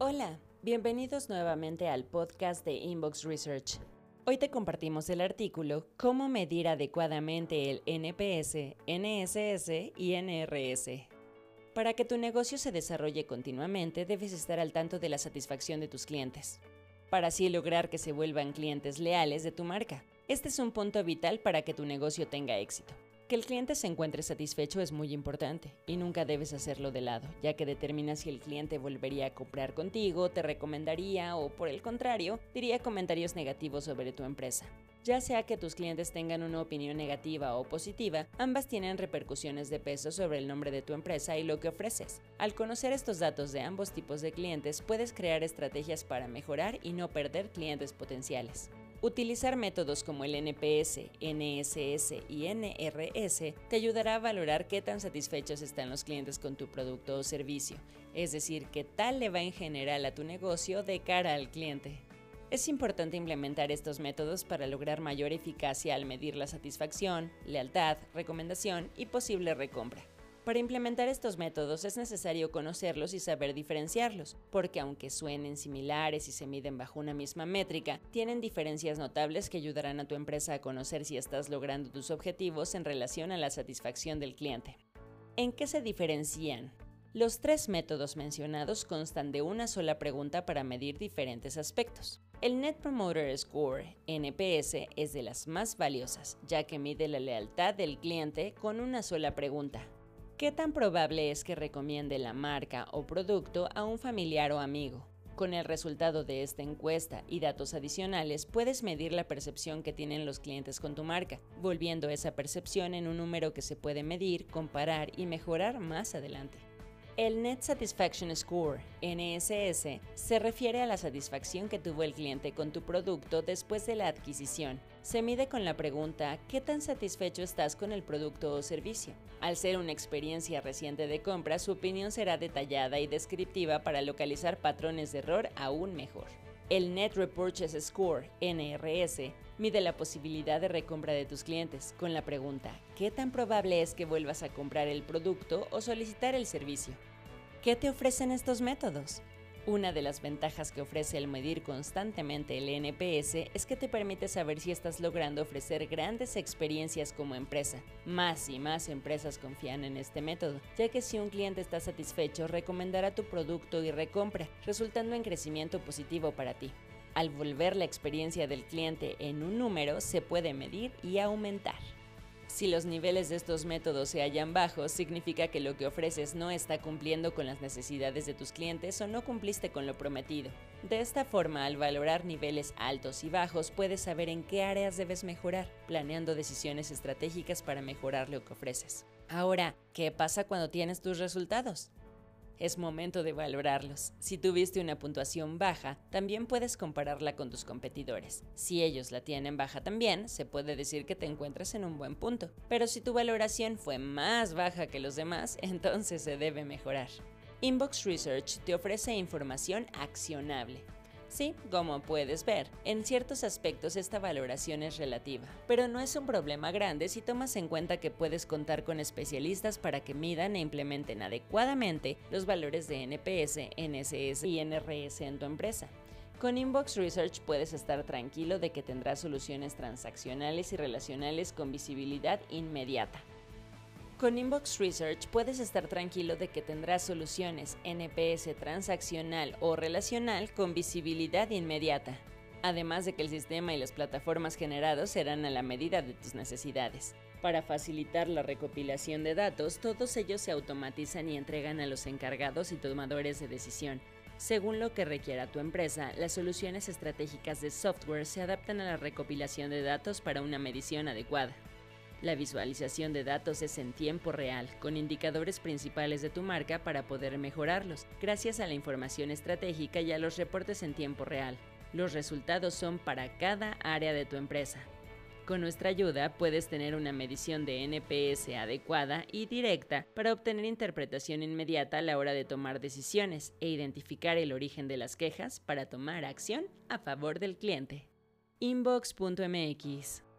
Hola, bienvenidos nuevamente al podcast de Inbox Research. Hoy te compartimos el artículo Cómo medir adecuadamente el NPS, NSS y NRS. Para que tu negocio se desarrolle continuamente, debes estar al tanto de la satisfacción de tus clientes, para así lograr que se vuelvan clientes leales de tu marca. Este es un punto vital para que tu negocio tenga éxito. Que el cliente se encuentre satisfecho es muy importante y nunca debes hacerlo de lado, ya que determina si el cliente volvería a comprar contigo, te recomendaría o, por el contrario, diría comentarios negativos sobre tu empresa. Ya sea que tus clientes tengan una opinión negativa o positiva, ambas tienen repercusiones de peso sobre el nombre de tu empresa y lo que ofreces. Al conocer estos datos de ambos tipos de clientes, puedes crear estrategias para mejorar y no perder clientes potenciales. Utilizar métodos como el NPS, NSS y NRS te ayudará a valorar qué tan satisfechos están los clientes con tu producto o servicio, es decir, qué tal le va en general a tu negocio de cara al cliente. Es importante implementar estos métodos para lograr mayor eficacia al medir la satisfacción, lealtad, recomendación y posible recompra. Para implementar estos métodos es necesario conocerlos y saber diferenciarlos, porque aunque suenen similares y se miden bajo una misma métrica, tienen diferencias notables que ayudarán a tu empresa a conocer si estás logrando tus objetivos en relación a la satisfacción del cliente. ¿En qué se diferencian? Los tres métodos mencionados constan de una sola pregunta para medir diferentes aspectos. El Net Promoter Score, NPS, es de las más valiosas, ya que mide la lealtad del cliente con una sola pregunta. ¿Qué tan probable es que recomiende la marca o producto a un familiar o amigo? Con el resultado de esta encuesta y datos adicionales, puedes medir la percepción que tienen los clientes con tu marca, volviendo esa percepción en un número que se puede medir, comparar y mejorar más adelante. El Net Satisfaction Score, NSS, se refiere a la satisfacción que tuvo el cliente con tu producto después de la adquisición. Se mide con la pregunta ¿qué tan satisfecho estás con el producto o servicio? Al ser una experiencia reciente de compra, su opinión será detallada y descriptiva para localizar patrones de error aún mejor. El Net Repurchase Score, NRS, mide la posibilidad de recompra de tus clientes con la pregunta ¿qué tan probable es que vuelvas a comprar el producto o solicitar el servicio? ¿Qué te ofrecen estos métodos? Una de las ventajas que ofrece el medir constantemente el NPS es que te permite saber si estás logrando ofrecer grandes experiencias como empresa. Más y más empresas confían en este método, ya que si un cliente está satisfecho, recomendará tu producto y recompra, resultando en crecimiento positivo para ti. Al volver la experiencia del cliente en un número, se puede medir y aumentar. Si los niveles de estos métodos se hallan bajos, significa que lo que ofreces no está cumpliendo con las necesidades de tus clientes o no cumpliste con lo prometido. De esta forma, al valorar niveles altos y bajos, puedes saber en qué áreas debes mejorar, planeando decisiones estratégicas para mejorar lo que ofreces. Ahora, ¿qué pasa cuando tienes tus resultados? Es momento de valorarlos. Si tuviste una puntuación baja, también puedes compararla con tus competidores. Si ellos la tienen baja también, se puede decir que te encuentras en un buen punto. Pero si tu valoración fue más baja que los demás, entonces se debe mejorar. Inbox Research te ofrece información accionable. Sí, como puedes ver, en ciertos aspectos esta valoración es relativa, pero no es un problema grande si tomas en cuenta que puedes contar con especialistas para que midan e implementen adecuadamente los valores de NPS, NSS y NRS en tu empresa. Con Inbox Research puedes estar tranquilo de que tendrás soluciones transaccionales y relacionales con visibilidad inmediata. Con Inbox Research puedes estar tranquilo de que tendrás soluciones NPS transaccional o relacional con visibilidad inmediata, además de que el sistema y las plataformas generados serán a la medida de tus necesidades. Para facilitar la recopilación de datos, todos ellos se automatizan y entregan a los encargados y tomadores de decisión. Según lo que requiera tu empresa, las soluciones estratégicas de software se adaptan a la recopilación de datos para una medición adecuada. La visualización de datos es en tiempo real, con indicadores principales de tu marca para poder mejorarlos, gracias a la información estratégica y a los reportes en tiempo real. Los resultados son para cada área de tu empresa. Con nuestra ayuda puedes tener una medición de NPS adecuada y directa para obtener interpretación inmediata a la hora de tomar decisiones e identificar el origen de las quejas para tomar acción a favor del cliente. Inbox.mx